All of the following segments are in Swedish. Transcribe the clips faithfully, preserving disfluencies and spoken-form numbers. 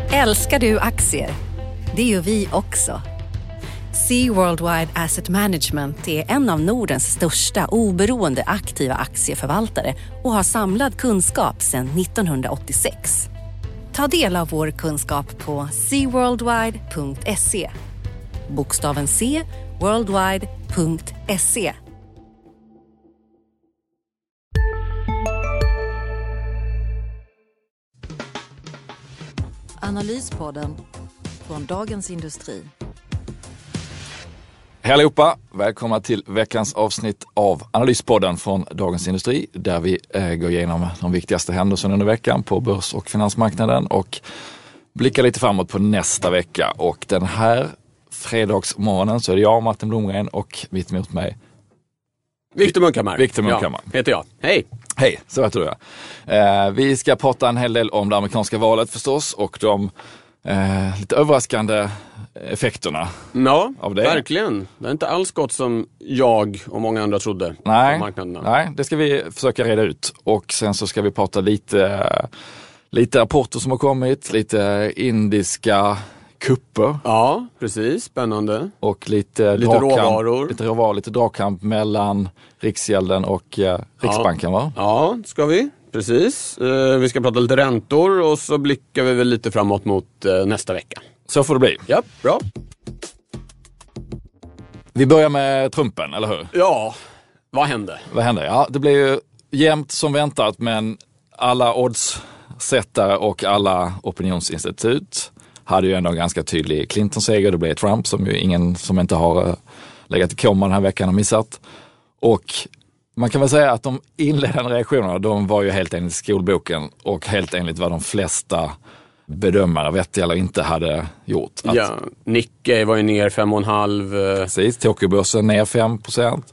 Älskar du aktier? Det gör vi också. Sea Worldwide Asset Management är en av Nordens största oberoende aktiva aktieförvaltare och har samlad kunskap sedan nittonhundraåttiosex. Ta del av vår kunskap på sea worldwide punkt se. Bokstaven C, worldwide punkt se. Analyspodden från Dagens Industri. Hej allihopa, välkomna till veckans avsnitt av Analyspodden från Dagens Industri, där vi eh, går igenom de viktigaste händelserna under veckan på börs- och finansmarknaden och blickar lite framåt på nästa vecka. Och den här fredagsmorgonen så är det jag, Martin Blomgren, och mitt emot mig Viktor Munkhammar. Viktor Munkhammar. Ja, heter jag. Hej. Hej, så heter du. Eh, vi ska prata en hel del om det amerikanska valet förstås och de eh, lite överraskande effekterna. Ja, av det. Verkligen. Det är inte alls gått som jag och många andra trodde. Nej, på marknaderna. nej, det ska vi försöka reda ut. Och sen så ska vi prata lite, lite rapporter som har kommit, lite indiska kupper. Ja, precis. Spännande. Och lite, lite dragkamp, råvaror. Lite råvaror, lite dragkamp mellan Riksgälden och eh, Riksbanken, ja. va? Ja, ska vi. Precis. Uh, vi ska prata lite räntor och så blickar vi väl lite framåt mot uh, nästa vecka. Så får det bli. Ja, bra. Vi börjar med Trumpen, eller hur? Ja, vad hände? Vad hände? Ja, det blev ju jämnt som väntat, men alla oddssättare och alla opinionsinstitut hade ju ändå en ganska tydlig Clinton-seger. Det blev Trump, som ju ingen som inte har legat i koma den här veckan har missat. Och man kan väl säga att de inledande reaktionerna, de var ju helt enligt skolboken och helt enligt vad de flesta bedömare, vettiga eller inte, hade gjort. Att, ja, Nikkei var ju ner fem och en halv. Precis, Tokyobörsen ner fem procent.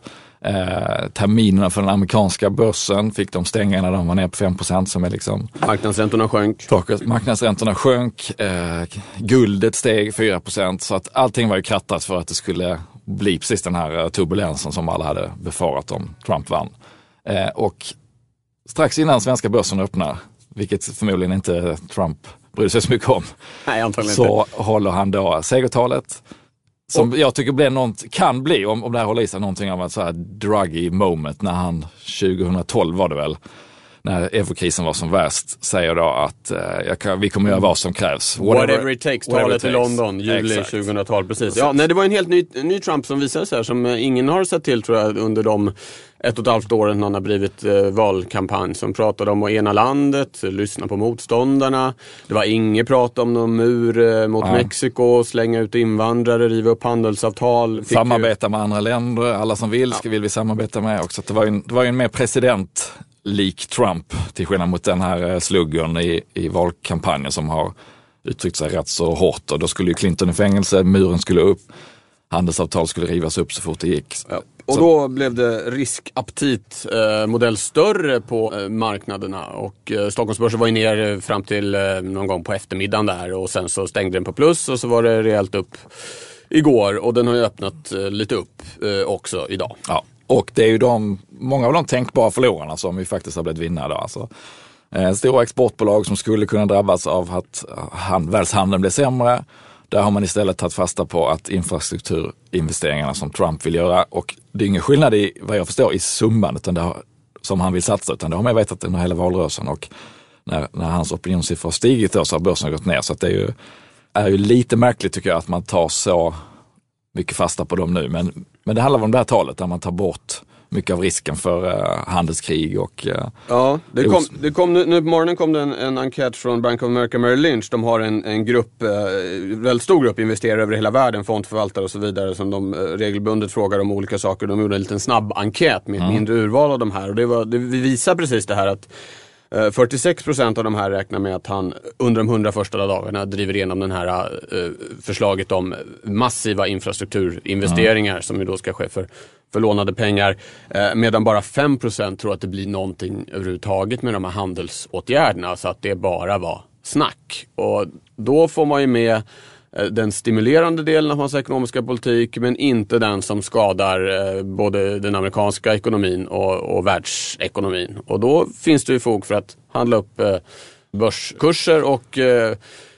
Eh, terminerna för den amerikanska börsen fick de stänga när de var ner på fem procent, som är liksom... Marknadsräntorna sjönk. Marknadsräntorna sjönk, eh, guldet steg fyra procent, så att allting var ju krattat för att det skulle bli precis den här turbulensen som alla hade befarat om Trump vann. Eh, och strax innan svenska börsen öppnar, vilket förmodligen inte Trump bryr sig så mycket om, Nej, antagligen så inte. håller han då segertalet. Som och, jag tycker blir något, kan bli, om, om det här håller i sig, någonting av ett så här druggy moment när han tjugohundratolv var det väl, när eurokrisen var som värst, säger då att eh, jag kan, vi kommer göra vad som krävs. Whatever, whatever it takes, whatever talet it i London, juli Exakt. tjugohundratolv, precis. Ja, nej, det var en helt ny, ny Trump som visade sig här, som ingen har sett till, tror jag, under de ett och ett halvt åren han har blivit eh, valkampanj, som pratade om att ena landet, lyssna på motståndarna. Det var inget prat om någon mur eh, mot ja. Mexiko, slänga ut invandrare, riva upp handelsavtal. Samarbeta ju... med andra länder, alla som vill, ska ja. vill vi samarbeta med också. Det var ju en, det var ju en mer president lik Trump, till skillnad mot den här sluggern i, i valkampanjen som har uttryckt sig rätt så hårt. Och då skulle ju Clinton i fängelse, muren skulle upp, handelsavtal skulle rivas upp så fort det gick. Ja. Och då blev det riskaptit eh, modell större på eh, marknaderna, och eh, Stockholmsbörsen var ju ner fram till eh, någon gång på eftermiddagen där, och sen så stängde den på plus och så var det rejält upp igår, och den har ju öppnat eh, lite upp eh, också idag. Ja. Och det är ju de, många av de tänkbara förlorarna som vi faktiskt har blivit vinnare då. Alltså, eh, stora exportbolag som skulle kunna drabbas av att hand, världshandeln blir sämre. Där har man istället tagit fasta på att infrastrukturinvesteringarna som Trump vill göra, och det är ingen skillnad i, vad jag förstår, i summan utan det har, som han vill satsa, utan det har man vetat under hela valrörelsen, och när, när hans opinionssiffror har stigit då, så har börsen gått ner. Så att det är ju, är ju lite märkligt, tycker jag, att man tar så mycket fasta på dem nu. Men, men det handlar om det här talet där man tar bort mycket av risken för uh, handelskrig och... Uh, ja, det kom, det kom nu, nu på morgonen kom det en, en enkät från Bank of America Merrill Lynch. De har en, en grupp, uh, väldigt stor grupp investerare över hela världen, fondförvaltare och så vidare, som de uh, regelbundet frågar om olika saker. De gjorde en liten snabb enkät med ett mm. mindre urval av de här, och det, var, det visar precis det här att fyrtiosex procent av de här räknar med att han under de hundra första dagarna driver igenom den här uh, förslaget om massiva infrastrukturinvesteringar mm. som ju då ska ske för, för lånade pengar, uh, medan bara fem procent tror att det blir någonting överhuvudtaget med de här handelsåtgärderna, så att det bara var snack. Och då får man ju med den stimulerande delen av hans ekonomiska politik, men inte den som skadar eh, både den amerikanska ekonomin och, och världsekonomin. Och då finns det ju fog för att handla upp eh, börskurser och eh,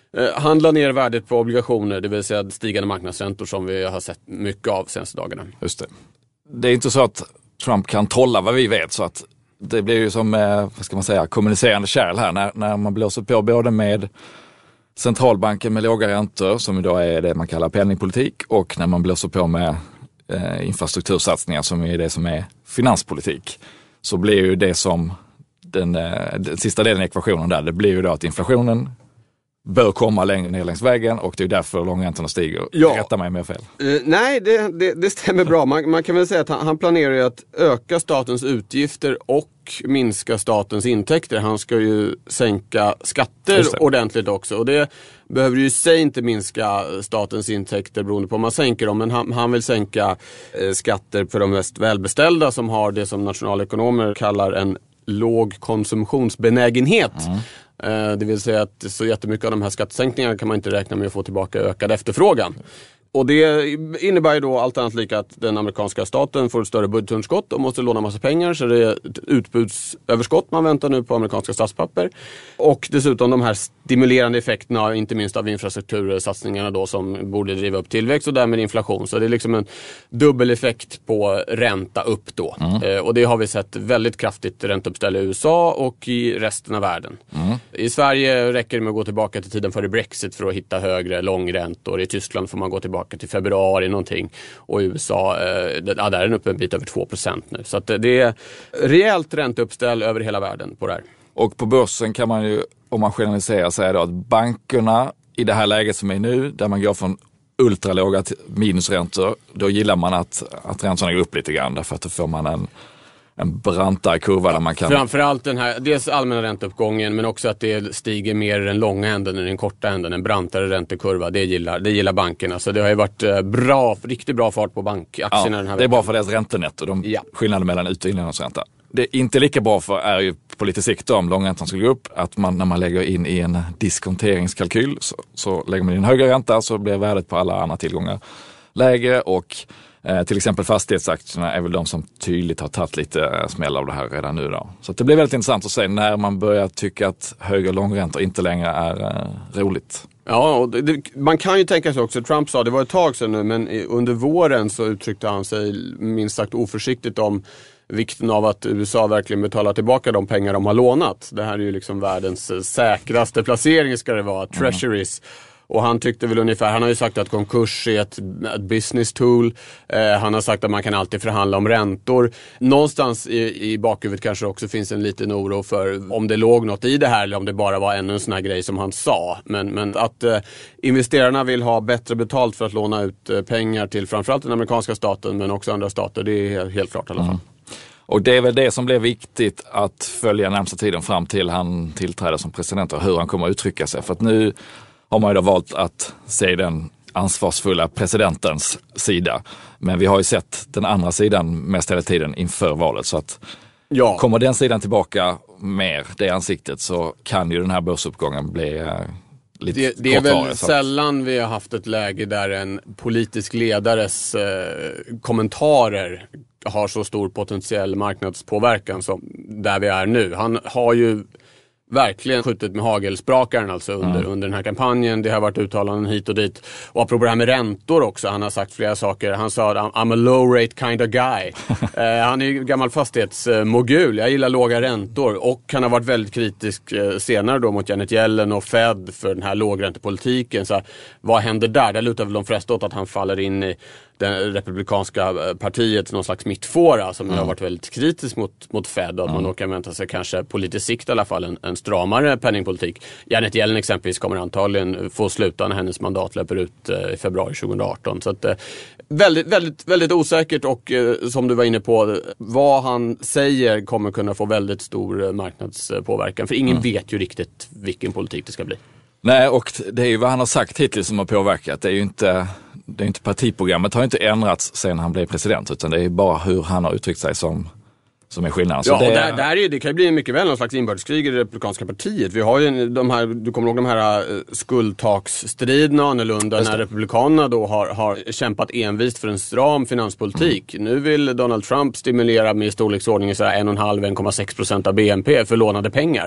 eh, handla ner värdet på obligationer, det vill säga stigande marknadsräntor som vi har sett mycket av senaste dagarna. Just det. Det är inte så att Trump kan trolla vad vi vet, så att det blir ju som, eh, vad ska man säga, kommunicerande kärl här när, när man blåser på både med centralbanken med låga räntor, som idag är det man kallar penningpolitik, och när man blåser på med eh, infrastruktursatsningar som är det som är finanspolitik, så blir ju det som den, eh, den sista delen i ekvationen där, det blir ju då att inflationen bör komma längre ner längs vägen, och det är därför långräntorna stiger. Ja. Rätta mig om jag har fel. Uh, nej, det, det, det stämmer bra. Man, man kan väl säga att han, han planerar ju att öka statens utgifter och minska statens intäkter. Han ska ju sänka skatter ordentligt också. Och det behöver ju i sig inte minska statens intäkter beroende på om man sänker dem. Men han, han vill sänka eh, skatter för de mest välbeställda som har det som nationalekonomer kallar en låg konsumtionsbenägenhet. Mm. Det vill säga att så jättemycket av de här skattesänkningarna kan man inte räkna med att få tillbaka ökad efterfrågan. Och det innebär ju då allt annat lika att den amerikanska staten får ett större budgetunderskott och måste låna massa pengar, så det är ett utbudsöverskott man väntar nu på amerikanska statspapper. Och dessutom de här stimulerande effekterna, inte minst av infrastruktursatsningarna då, som borde driva upp tillväxt och därmed inflation. Så det är liksom en dubbel effekt på ränta upp då. Mm. Eh, och det har vi sett väldigt kraftigt ränteuppställ i U S A och i resten av världen. Mm. I Sverige räcker det med att gå tillbaka till tiden före Brexit för att hitta högre långräntor. I Tyskland får man gå tillbaka till februari någonting, och i U S A eh, där är den uppe en bit över två procent nu. Så att det är rejält ränteuppställ över hela världen på det här. Och på börsen kan man ju, om man generaliserar, säga då att bankerna i det här läget som är nu, där man går från ultralåga till minusräntor, då gillar man att, att räntorna går upp lite grann, därför att då får man en en brantare kurva där man kan... Framförallt den här, dels allmänna ränteuppgången, men också att det stiger mer i den långa änden än den korta änden, en brantare räntekurva, det gillar, det gillar bankerna. Så det har ju varit bra, riktigt bra fart på bankaktierna, ja, den här det är bra för deras räntenetto, de ja. skillnaden mellan ut- och inlåningsränta. Det är inte lika bra för är ju på lite sikt om långräntan skulle gå upp, att man när man lägger in i en diskonteringskalkyl så, så lägger man in en högre ränta, så blir värdet på alla andra tillgångar lägre, och Eh, till exempel fastighetsaktierna är väl de som tydligt har tagit lite eh, smäll av det här redan nu då. Så det blir väldigt intressant att se när man börjar tycka att hög- och långräntor inte längre är eh, roligt. Ja, och det, det, man kan ju tänka sig också, Trump sa, det var ett tag sedan nu, men under våren så uttryckte han sig minst sagt oförsiktigt om vikten av att U S A verkligen betalar tillbaka de pengar de har lånat. Det här är ju liksom världens säkraste placering, ska det vara, treasuries. Mm. Och han tyckte väl ungefär, han har ju sagt att konkurs är ett, ett business tool. Eh, han har sagt att man kan alltid förhandla om räntor. Någonstans i, i bakhuvudet kanske också finns en liten oro för om det låg något i det här eller om det bara var ännu en sån här grej som han sa. Men, men att eh, investerarna vill ha bättre betalt för att låna ut eh, pengar till framförallt den amerikanska staten, men också andra stater, det är helt klart i alla fall. Mm. Och det är väl det som blir viktigt att följa närmsta tiden fram till han tillträder som president, och hur han kommer att uttrycka sig. För att nu har man ju då valt att se den ansvarsfulla presidentens sida. Men vi har ju sett den andra sidan mest hela tiden inför valet. Så att ja. kommer den sidan tillbaka mer, det ansiktet, så kan ju den här börsuppgången bli eh, lite det, det är väl sällan vi har haft ett läge där en politisk ledares eh, kommentarer har så stor potentiell marknadspåverkan som där vi är nu. Han har ju verkligen skjutit med hagelsprakaren alltså under, mm. under den här kampanjen. Det har varit uttalanden hit och dit. Och apropå det här med räntor också, han har sagt flera saker. Han sa att I'm a low rate kind of guy. eh, han är ju gammal fastighetsmogul. Jag gillar låga räntor. Och han har varit väldigt kritisk eh, senare då mot Janet Yellen och Fed för den här lågräntepolitiken. Så vad händer där? Där lutar väl de flesta åt att han faller in i det republikanska partiet, någon slags mittfåra som mm. har varit väldigt kritisk mot, mot Fed, och att mm. man då kan vänta sig kanske på lite sikt i alla fall en, en stramare penningpolitik. Janet Yellen exempelvis kommer antagligen få sluta när hennes mandat löper ut eh, i februari tjugoarton. Så att eh, väldigt, väldigt, väldigt osäkert, och eh, som du var inne på, vad han säger kommer kunna få väldigt stor eh, marknadspåverkan, för ingen mm. vet ju riktigt vilken politik det ska bli. Nej, och det är ju vad han har sagt hittills som har påverkat. Det är ju inte, det är inte partiprogrammet har inte ändrats sen han blev president, utan det är bara hur han har uttryckt sig som, som är skillnaden. Ja, så det, och där, där är, det kan ju bli mycket väl någon slags inbördeskrig i det republikanska partiet. Vi har ju de här, du kommer ihåg de här skuldtaksstriderna annorlunda när republikanerna då har, har kämpat envist för en stram finanspolitik. Mm. Nu vill Donald Trump stimulera med storleksordningen så här en komma fem till en komma sex procent av B N P för lånade pengar.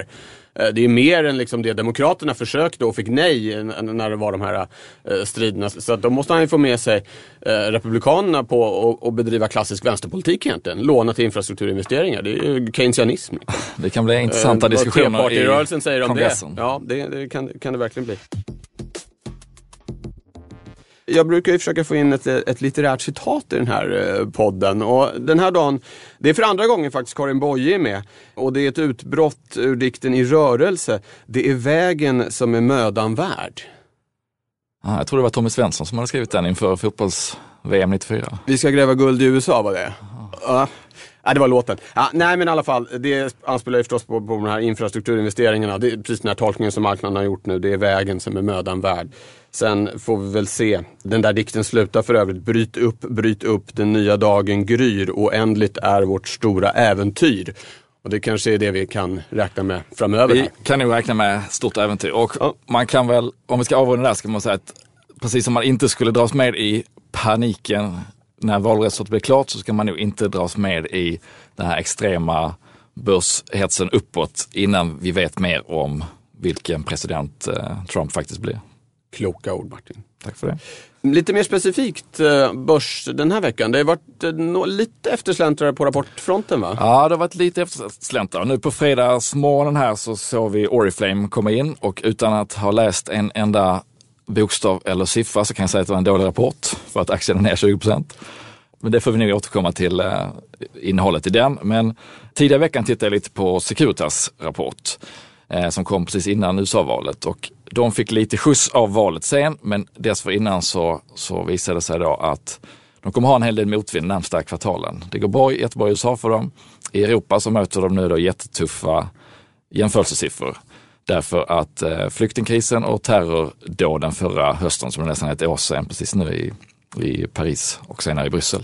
Det är mer än liksom det Demokraterna försökte och fick nej när det var de här striderna. Så att då måste han ju få med sig Republikanerna på att bedriva klassisk vänsterpolitik egentligen. Låna till infrastrukturinvesteringar. Det är ju keynesianism. Det kan bli intressanta uh, diskussioner i rörelsen säger kongressen. Det. Ja, det, det kan, kan det verkligen bli. Jag brukar ju försöka få in ett, ett litterärt citat i den här podden. Och den här dagen, det är för andra gången faktiskt Karin Boye är med. Och det är ett utbrott ur dikten I rörelse. Det är vägen som är mödan värd. Ah, jag tror det var Tommy Svensson som hade skrivit den inför fotbolls-V M nittiofyra. Vi ska gräva guld i U S A, var det? Ja. Ja, det var låten. Ja, nej, men i alla fall, det anspelar ju förstås på, på de här infrastrukturinvesteringarna. Det är precis den här tolkningen som marknaden har gjort nu. Det är vägen som är mödan värd. Sen får vi väl se. Den där dikten slutar för övrigt. Bryt upp, bryt upp, den nya dagen gryr. Oändligt är vårt stora äventyr. Och det kanske är det vi kan räkna med framöver. Vi kan ju räkna med stort äventyr. Och ja. Man kan väl, om vi ska avrunda där, ska man säga att precis som man inte skulle dras med i paniken när valresultatet blir klart, så ska man nog inte dras med i den här extrema börshetsen uppåt innan vi vet mer om vilken president eh, Trump faktiskt blir. Kloka ord, Martin. Tack för det. Lite mer specifikt eh, börs den här veckan. Det har varit eh, no, lite eftersläntrare på rapportfronten, va? Ja, det har varit lite eftersläntrare. Nu på fredagsmorgonen här så såg vi Oriflame komma in, och utan att ha läst en enda bokstav eller siffra så kan jag säga att det var en dålig rapport för att aktien är ner tjugo procent. Men det får vi nog återkomma till eh, innehållet i den. Men tidigare veckan tittade jag lite på Securitas rapport eh, som kom precis innan U S A-valet, och de fick lite skjuts av valet sen, men dessförinnan så, så visade det sig då att de kommer ha en hel del motvind närmsta kvartalen. Det går bra, jättebra i U S A för dem. I Europa så möter de nu då jättetuffa jämförelsesiffror. Därför att eh, flyktingkrisen och terrordåden förra hösten, som är nästan ett år sedan, precis nu i, i Paris och senare i Bryssel,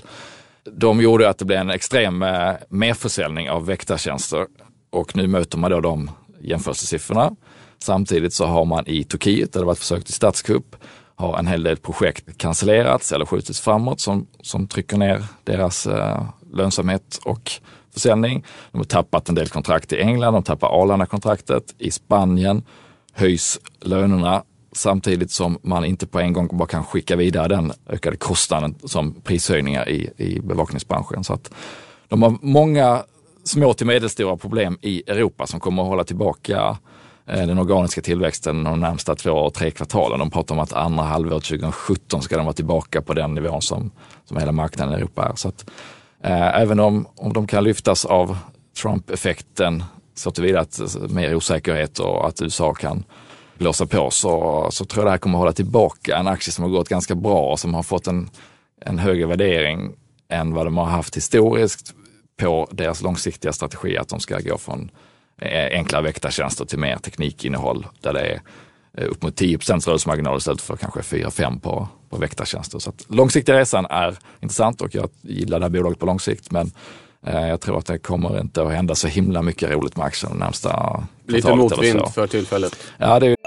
de gjorde att det blev en extrem eh, merförsäljning av väktartjänster, och nu möter man då de jämförelsesiffrorna. Samtidigt så har man i Turkiet, där det varit försök till statskupp, har en hel del projekt cancellerats eller skjutits framåt som, som trycker ner deras eh, lönsamhet och försäljning. De har tappat en del kontrakt i England, de tappar Arlanda-kontraktet. I Spanien höjs lönerna samtidigt som man inte på en gång bara kan skicka vidare den ökade kostnaden som prishöjningar i, i bevakningsbranschen. Så att de har många små till medelstora problem i Europa som kommer att hålla tillbaka den organiska tillväxten de närmsta två och tre kvartalen. De pratar om att andra halvåret tjugo sjutton ska de vara tillbaka på den nivån som, som hela marknaden i Europa är. Så att eh, även om, om de kan lyftas av Trump-effekten så tillvida att mer osäkerhet och att U S A kan blåsa på, så, så tror jag det här kommer att hålla tillbaka en aktie som har gått ganska bra och som har fått en, en högre värdering än vad de har haft historiskt på deras långsiktiga strategi, att de ska gå från enkla väktartjänster till mer teknikinnehåll där det är upp mot tio procent rörelsemarginal istället för kanske fyra fem på, på väktartjänster. Så att långsiktiga resan är intressant, och jag gillar det här bolaget på lång sikt, men eh, jag tror att det kommer inte att hända så himla mycket roligt med aktien närmsta lite motvind för tillfället. Ja, det är...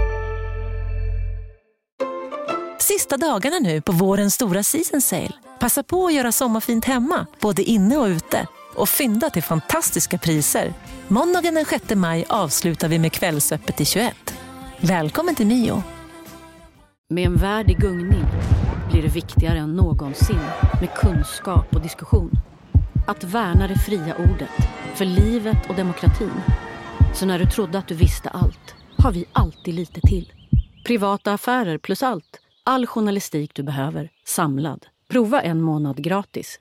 Sista dagarna nu på vårens stora season sale. Passa på att göra sommarfint hemma, både inne och ute. Och fynda till fantastiska priser. Måndagen den sjätte maj avslutar vi med Kvällsöppet i tjugoett. Välkommen till Mio. Med en värld i gungning blir det viktigare än någonsin med kunskap och diskussion. Att värna det fria ordet, för livet och demokratin. Så när du trodde att du visste allt, har vi alltid lite till. Privata affärer plus allt. All journalistik du behöver, samlad. Prova en månad gratis.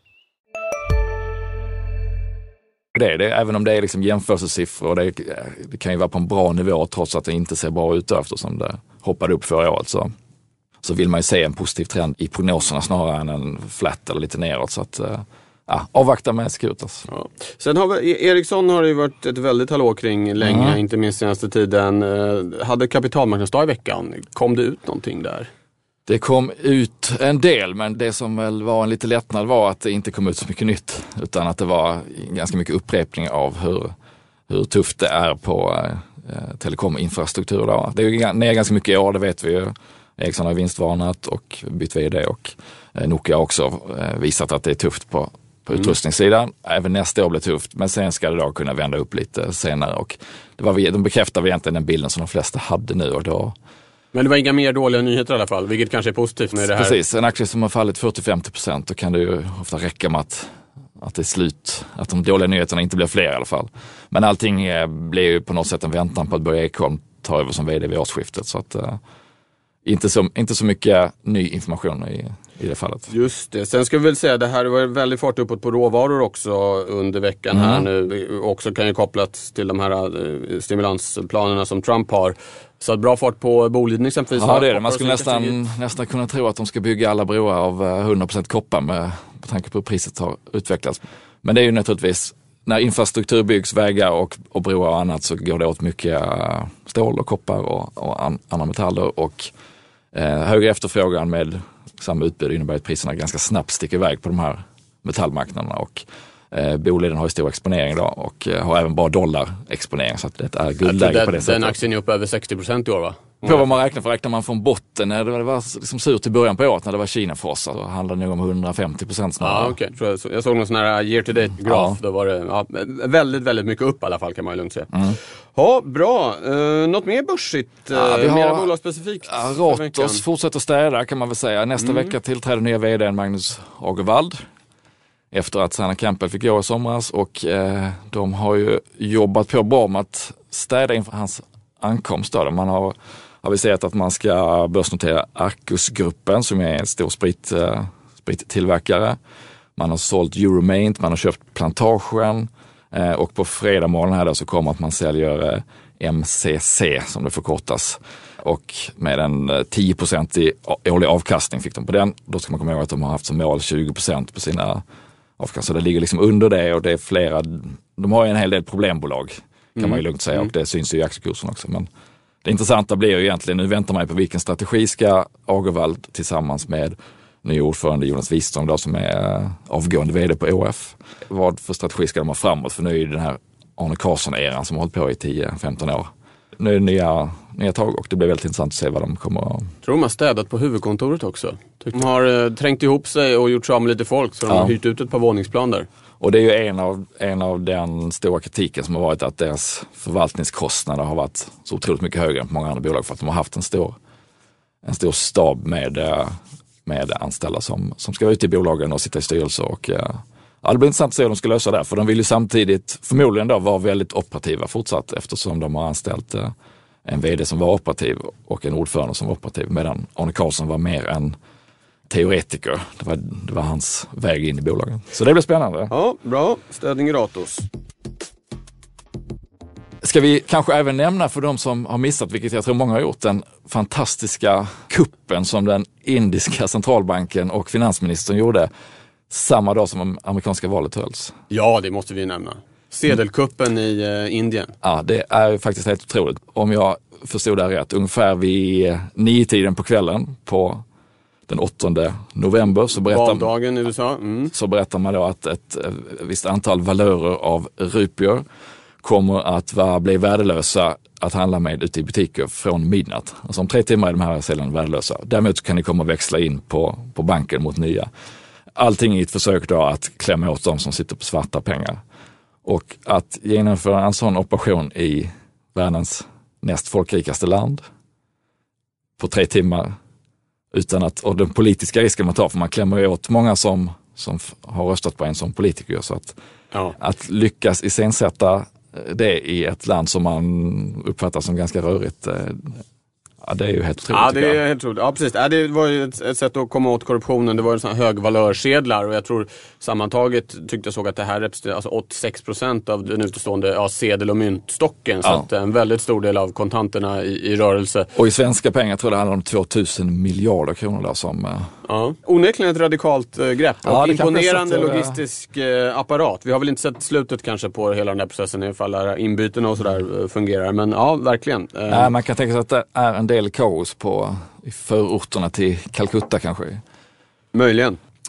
Det är det, även om det är liksom jämförelsesiffror, och det, det kan ju vara på en bra nivå trots att det inte ser bra ut eftersom det hoppade upp förra året, så, så vill man ju se en positiv trend i prognoserna snarare än en flat eller lite neråt, så att ja, avvakta med Securitas. Ja. Sen har vi, Ericsson har det ju varit ett väldigt hallå kring länge, mm. inte minst senaste tiden. Hade kapitalmarknadsdag i veckan, kom det ut någonting där? Det kom ut en del, men det som väl var en lite lättnad var att det inte kom ut så mycket nytt, utan att det var ganska mycket upprepning av hur, hur tufft det är på eh, telekominfrastruktur. Då. Det är ju ner ganska mycket i år, det vet vi ju. Ericsson har vinstvarnat och bytt vd, och eh, Nokia har också eh, visat att det är tufft på på utrustningssidan. Även nästa år blir tufft, men sen ska det då kunna vända upp lite senare. Och det var, de bekräftar egentligen den bilden som de flesta hade nu. Och då... Men det var inga mer dåliga nyheter i alla fall, vilket kanske är positivt med det här. Precis, en aktie som har fallit fyrtio till femtio procent, då kan det ju ofta räcka med att, att det är slut, att de dåliga nyheterna inte blir fler i alla fall. Men allting blir ju på något sätt en väntan på att Börje Ekholm tar över som vd vid årsskiftet. Så att uh, inte, så, inte så mycket ny information i, i det fallet. Just det. Sen ska vi väl säga att det här var väldigt fart uppåt på råvaror också under veckan mm. här nu. Också kan ju kopplas till de här uh, stimulansplanerna som Trump har. Så att bra fart på Boliden exempelvis. Ja, det är det. Man skulle nästan, nästan kunna tro att de ska bygga alla broar av hundra procent koppar med, på tanke på hur priset har utvecklats. Men det är ju naturligtvis, när infrastruktur byggs, vägar och, och broar och annat, så går det åt mycket stål och koppar och, och an, andra metaller. Och eh, högre efterfrågan med samma utbud innebär att priserna ganska snabbt sticker iväg på de här metallmarknaderna. Och Eh, Boliden har ju stor exponering då och eh, har även bara dollarexponering, så att det är guldläge på det sättet. Den aktien är upp över sextio procent i år, va? Mm. På vad man räknar för, räknar man från botten, när det var liksom surt i början på året när det var Kina-frossa, så handlade det nog om hundrafemtio procent snarare. Ja, okej. Okay. Jag, jag såg någon sån här year-to-date-graf, ja. Då var det ja, väldigt, väldigt mycket upp i alla fall, kan man ju lugnt säga. Mm. Ja, bra. Uh, något mer börsigt? Uh, ja, vi har mera bolagsspecifikt? Ja, Ratos fortsätter städa, kan man väl säga. Nästa mm. vecka tillträder nya vd Magnus Agevald. Efter att Sanna Campbell fick gå i somras, och eh, de har ju jobbat på bra med att städa inför hans ankomst. Då. Man har aviserat att man ska börsnotera Arcus-gruppen som är en stor sprit, eh, sprittillverkare. Man har sålt Euromaint, man har köpt Plantagen eh, och på fredag morgon här då så kommer att man säljer eh, M C C som det förkortas. Och med en tio procent i årlig avkastning fick de på den. Då ska man komma ihåg att de har haft som mål tjugo procent på sina avkastning. Så det ligger liksom under det, och det är flera, de har ju en hel del problembolag kan mm. man ju lugnt säga, och det syns ju i aktiekursen också. Men det intressanta blir ju egentligen, nu väntar man på vilken strategi ska Agevald tillsammans med ny ordförande Jonas Wiström då, som är avgående vd på O F. Vad för strategi ska de ha framåt? För nu är ju den här Arne Carlsson-eran som har hållit på i tio femton år. Nu är det nya, nya tag, och det blir väldigt intressant att se vad de kommer att... Jag tror de har städat på huvudkontoret också. De har eh, trängt ihop sig och gjort sig av med lite folk, så de ja. har hyrt ut ett par våningsplan där. Och det är ju en av, en av den stora kritiken som har varit att deras förvaltningskostnader har varit så otroligt mycket högre än på många andra bolag, för att de har haft en stor, en stor stab med, med anställda som, som ska vara ute i bolagen och sitta i styrelser. Och, ja, det blir intressant att se hur de ska lösa det, för de vill ju samtidigt förmodligen då vara väldigt operativa fortsatt, eftersom de har anställt en vd som var operativ och en ordförande som var operativ, medan Arne Carlsson var mer en teoretiker. Det var, det var hans väg in i bolagen. Så det blir spännande. Ja, bra. Städning i Ratos. Ska vi kanske även nämna för de som har missat, vilket jag tror många har gjort, den fantastiska kuppen som den indiska centralbanken och finansministern gjorde samma dag som amerikanska valet hölls. Ja, det måste vi nämna. Sedelkuppen mm. i uh, Indien. Ja, det är ju faktiskt helt otroligt. Om jag förstod det rätt, ungefär vid nio tiden på kvällen på den åttonde november så berättar, valdagen i U S A. Mm. Så berättar man då att ett, ett visst antal valörer av rupier kommer att va, bli värdelösa att handla med ute i butiker från midnatt. Alltså om tre timmar är de här sedlarna värdelösa. Däremot kan ni komma och växla in på, på banken mot nya. Allting i ett försök då att klämma åt dem som sitter på svarta pengar. Och att genomföra en sån operation i världens näst folkrikaste land på tre timmar utan att, och den politiska risken man tar, för man klämmer ju åt många som, som har röstat på en som politiker. Så att, ja. att lyckas iscensätta det i ett land som man uppfattar som ganska rörigt, ja, det är ju helt otroligt. Ja, det är helt otroligt. Ja, precis. Ja, det var ju ett, ett sätt att komma åt korruptionen. Det var ju sådana högvalörsedlar, och jag tror sammantaget tyckte jag såg att det här representerar alltså åttiosex procent av den utestående ja, sedel- och myntstocken. Så ja. att en väldigt stor del av kontanterna i, i rörelse. Och i svenska pengar tror jag det handlar om tvåtusen miljarder kronor där som... Ja, onekligen ett radikalt äh, grepp. Ja, och imponerande att, logistisk äh, apparat. Vi har väl inte sett slutet kanske på hela den här processen i fall där inbytena och sådär äh, fungerar. Men ja, verkligen. Äh, Nej, man kan tänka sig att det är en del kaos på i förorterna till Calcutta kanske. Möjligen.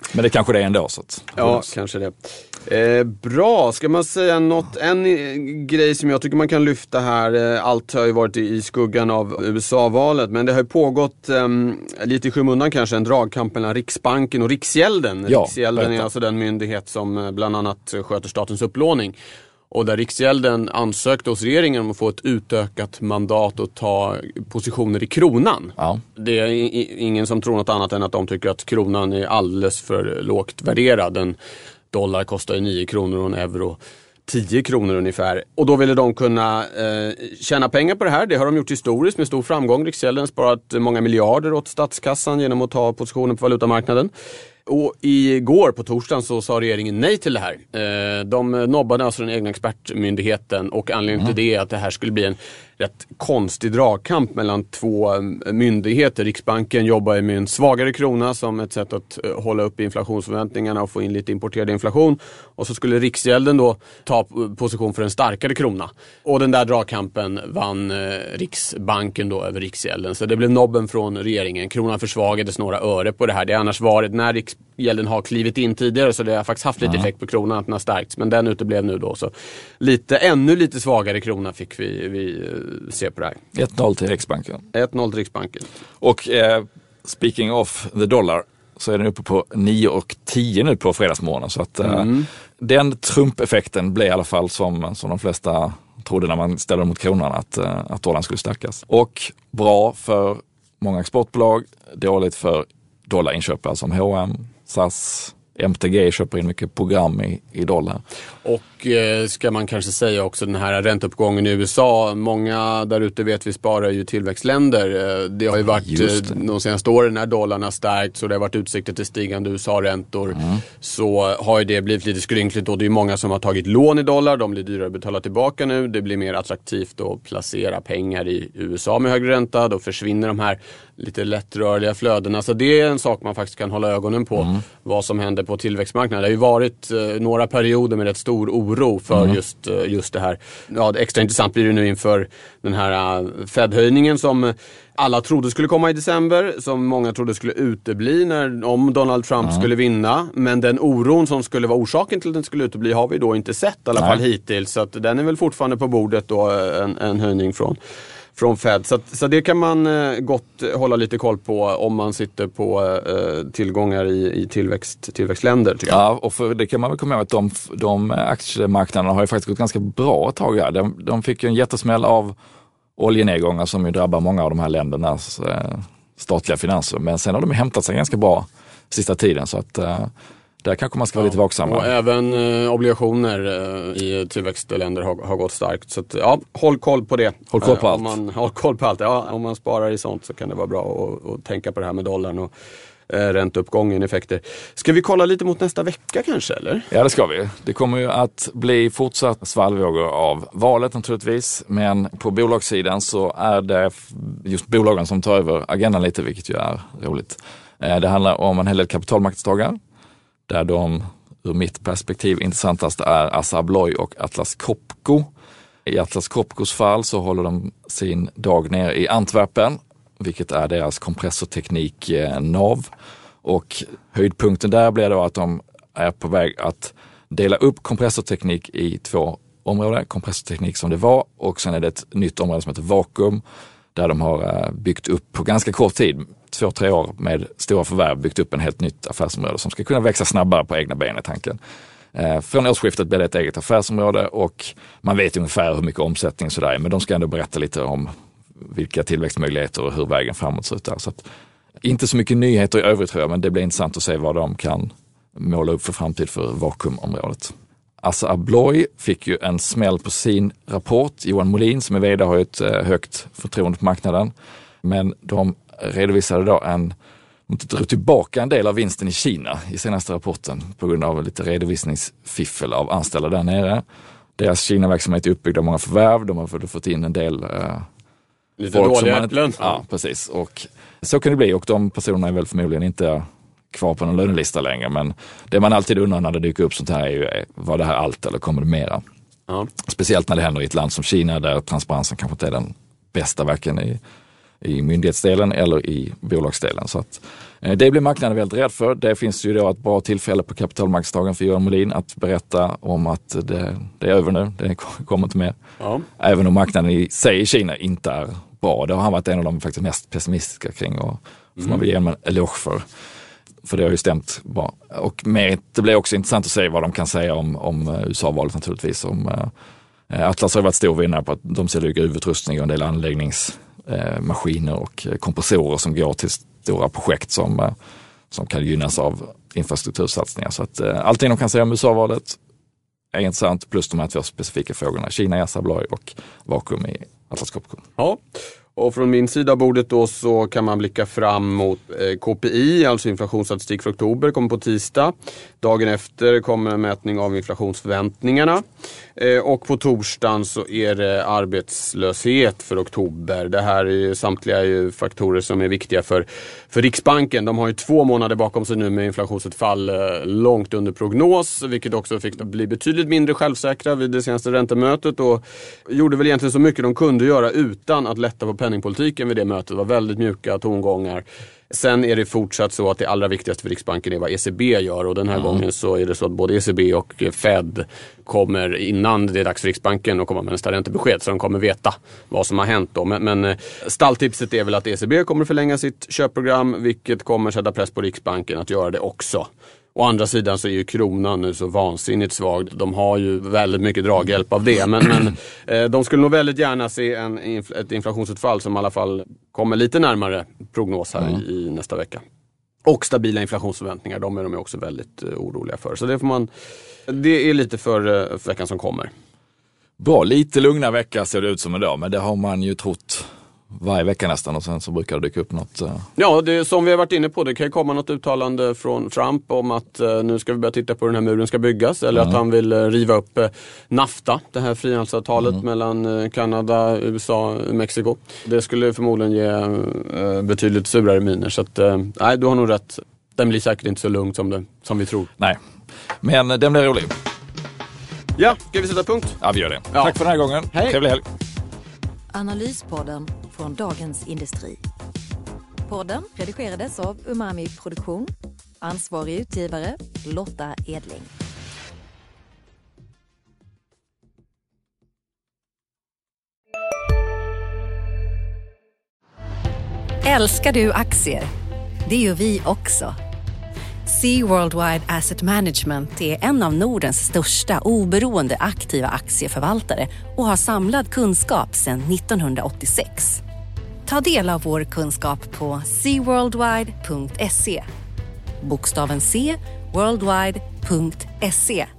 Men det kanske det är ändå. Så att, ja, kanske det. Eh, bra, ska man säga något? En grej som jag tycker man kan lyfta här, eh, allt har ju varit i, i skuggan av U S A-valet, men det har ju pågått eh, lite i skymundan kanske en dragkamp mellan Riksbanken och Riksgälden. Ja, Riksgälden är berätta. alltså den myndighet som bland annat sköter statens upplåning. Och där Riksgälden ansökte hos regeringen om att få ett utökat mandat att ta positioner i kronan. Ja. Det är ingen som tror något annat än att de tycker att kronan är alldeles för lågt värderad. En dollar kostar ju nio kronor och en euro tio kronor ungefär. Och då ville de kunna eh, tjäna pengar på det här. Det har de gjort historiskt med stor framgång. Riksgälden har sparat många miljarder åt statskassan genom att ta positioner på valutamarknaden. Och igår på torsdagen så sa regeringen nej till det här. Eh, de nobbade alltså den egna expertmyndigheten och anledningen mm. till det är att det här skulle bli en rätt konstig dragkamp mellan två myndigheter. Riksbanken jobbar med en svagare krona som ett sätt att hålla upp inflationsförväntningarna och få in lite importerad inflation. Och så skulle Riksgälden då ta position för en starkare krona. Och den där dragkampen vann Riksbanken då över Riksgälden. Så det blev nobben från regeringen. Kronan försvagades några öre på det här. Det har annars varit när Riksgälden har klivit in tidigare så det har faktiskt haft lite mm. effekt på kronan att den har stärkts. Men den uteblev nu då. Så lite, ännu lite svagare krona fick vi, vi se på det här. ett noll till Riksbanken. ett noll till Riksbanken. Och eh, speaking of the dollar så är den uppe på nio och tio nu på fredagsmorgonen. Så att eh, mm. den Trump-effekten blev i alla fall som, som de flesta trodde när man ställde mot kronan att, eh, att dollarn skulle stärkas. Och bra för många exportbolag, dåligt för dollarinköpare som H och M, S A S, M T G köper in mycket program i, i dollar. Och eh, ska man kanske säga också den här ränteuppgången i U S A. Många där ute vet vi sparar ju tillväxtländer. Eh, det har ju varit eh, de senaste åren när dollarna stärkt så det har varit utsikter till stigande U S A-räntor. Mm. Så har ju det blivit lite skrynkligt och det är många som har tagit lån i dollar. De blir dyrare att betala tillbaka nu. Det blir mer attraktivt att placera pengar i U S A med högre ränta. Då försvinner de här lite lättrörliga flödena. Så det är en sak man faktiskt kan hålla ögonen på. Mm. Vad som händer på tillväxtmarknaden. Det har ju varit eh, några perioder med rätt stor oro för mm. just, eh, just det här. Ja, det extra intressant blir det nu inför den här uh, Fed-höjningen som alla trodde skulle komma i december. Som många trodde skulle utebli när, om Donald Trump mm. skulle vinna. Men den oron som skulle vara orsaken till att den skulle utebli har vi då inte sett i alla Nej. fall hittills. Så att den är väl fortfarande på bordet då, en, en höjning från Från Fed. Så, att, så det kan man eh, gott hålla lite koll på om man sitter på eh, tillgångar i, i tillväxt, tillväxtländer. Tycker jag. Ja, och för det kan man väl komma ihåg att de, de aktiemarknaderna har ju faktiskt gått ganska bra ett tag här. De, de fick ju en jättesmäll av oljenedgångar som ju drabbar många av de här ländernas eh, statliga finanser. Men sen har de hämtat sig ganska bra sista tiden så att eh, där kanske man ska vara ja, lite vaksamma. Och även eh, obligationer eh, i tillväxtländer har, har gått starkt. Så att, ja, håll koll på det. Håll koll på eh, allt. Om man, håll koll på allt. Ja, om man sparar i sånt så kan det vara bra att, att tänka på det här med dollarn och eh, ränteuppgången, effekter. Ska vi kolla lite mot nästa vecka kanske, eller? Ja, det ska vi. Det kommer ju att bli fortsatt svallvågor av valet naturligtvis. Men på bolagssidan så är det just bolagen som tar över agendan lite, vilket ju är roligt. Eh, det handlar om en hel del kapitalmarknadsdagar. Där de ur mitt perspektiv intressantaste är Assa Abloy och Atlas Copco. I Atlas Copcos fall så håller de sin dag ner i Antwerpen, vilket är deras kompressorteknik N A V. Och höjdpunkten där blir då att de är på väg att dela upp kompressorteknik i två områden. Kompressorteknik som det var och sen är det ett nytt område som heter vakuum. Där de har byggt upp på ganska kort tid, två, tre år med stora förvärv, byggt upp en helt nytt affärsområde som ska kunna växa snabbare på egna ben i tanken. Eh, från årsskiftet blir det ett eget affärsområde och man vet ungefär hur mycket omsättning så där är, men de ska ändå berätta lite om vilka tillväxtmöjligheter och hur vägen framåt ser ut där. Så att, inte så mycket nyheter i övrigt tror jag, men det blir intressant att se vad de kan måla upp för framtid för vakuumområdet. Assa Abloy fick ju en smäll på sin rapport. Johan Molin som är vd har ju ett högt förtroende på marknaden. Men de redovisade då en, de drog tillbaka en del av vinsten i Kina i senaste rapporten på grund av lite redovisningsfiffel av anställda där nere. Deras Kina-verksamhet är uppbyggd av många förvärv. De har fått in en del eh, lite dåliga äpplen. Ja, precis. Och så kan det bli och de personerna är väl förmodligen inte kvar på någon lönelista längre, men det man alltid undrar när det dyker upp sånt här är ju, var det här allt eller kommer det mera? Ja. Speciellt när det händer i ett land som Kina där transparensen kanske inte är den bästa, varken i i myndighetsdelen eller i bolagsdelen. Så att, eh, det blir marknaden väldigt rädd för. Det finns ju då ett bra tillfälle på kapitalmarknadsdagen för Göran Molin att berätta om att det, det är över nu, det kommer inte mer. Ja. Även om marknaden i sig i Kina inte är bra. Det har han varit en av de faktiskt mest pessimistiska kring och får mm. man väl ge en eloge för. För det har ju stämt bra. Och med, det blir också intressant att se vad de kan säga om, om U S A-valet naturligtvis. Om, eh, Atlas har varit stor vinnare på att de säljer gruvutrustning och en del anläggningsmaskiner eh, och kompressorer som går till stora projekt som, eh, som kan gynnas av infrastruktursatsningar. Så att eh, allting de kan säga om U S A-valet är intressant, plus de här två specifika frågorna. Kina i Assa Abloy och vakuum i Atlas Copco. Ja. Och från min sida av bordet då så kan man blicka fram mot eh, K P I, alltså inflationsstatistik för oktober, kommer på tisdag. Dagen efter kommer en mätning av inflationsförväntningarna. Eh, och på torsdagen så är det arbetslöshet för oktober. Det här är ju samtliga ju faktorer som är viktiga för, för Riksbanken. De har ju två månader bakom sig nu med inflationsutfall eh, långt under prognos, vilket också fick bli betydligt mindre självsäkra vid det senaste räntemötet och gjorde väl egentligen så mycket de kunde göra utan att lätta på penningpolitiken vid det mötet. Det var väldigt mjuka tongångar. Sen är det fortsatt så att det allra viktigaste för Riksbanken är vad E C B gör och den här mm. gången så är det så att både E C B och Fed kommer innan det är dags för Riksbanken och komma med nästa räntebesked så de kommer veta vad som har hänt då. Men, men stalltipset är väl att E C B kommer förlänga sitt köpprogram, vilket kommer sätta press på Riksbanken att göra det också. Å andra sidan så är ju kronan nu så vansinnigt svag. De har ju väldigt mycket draghjälp av det. Men, men eh, de skulle nog väldigt gärna se en, ett inflationsutfall som i alla fall kommer lite närmare prognos här mm. i, i nästa vecka. Och stabila inflationsförväntningar, de är de också väldigt uh, oroliga för. Så det får man, det är lite för, uh, för veckan som kommer. Bra, lite lugna vecka ser det ut som idag. Men det har man ju trott varje vecka nästan och sen så brukar det dyka upp något. Uh... Ja, det, som vi har varit inne på, det kan ju komma något uttalande från Trump om att uh, nu ska vi börja titta på hur den här muren ska byggas. Eller mm. att han vill uh, riva upp uh, NAFTA, det här frihandelsavtalet mm. mellan uh, Kanada, U S A och Mexiko. Det skulle förmodligen ge uh, betydligt surare miner. Så att, uh, nej, du har nog rätt. Den blir säkert inte så lugn som, det, som vi tror. Nej, men uh, den blir rolig. Ja, ska vi sätta punkt? Ja, vi gör det. Ja. Tack för den här gången. Hej. Trevlig helg. Analyspodden från Dagens Industri. Podden redigerades av Umami Produktion. Ansvarig utgivare Lotta Edling. Älskar du aktier? Det gör vi också. Sea Worldwide Asset Management är en av Nordens största oberoende aktiva aktieförvaltare och har samlad kunskap sedan nittonhundraåttiosex. Ta del av vår kunskap på sea worldwide punkt se. Bokstaven C, worldwide punkt se.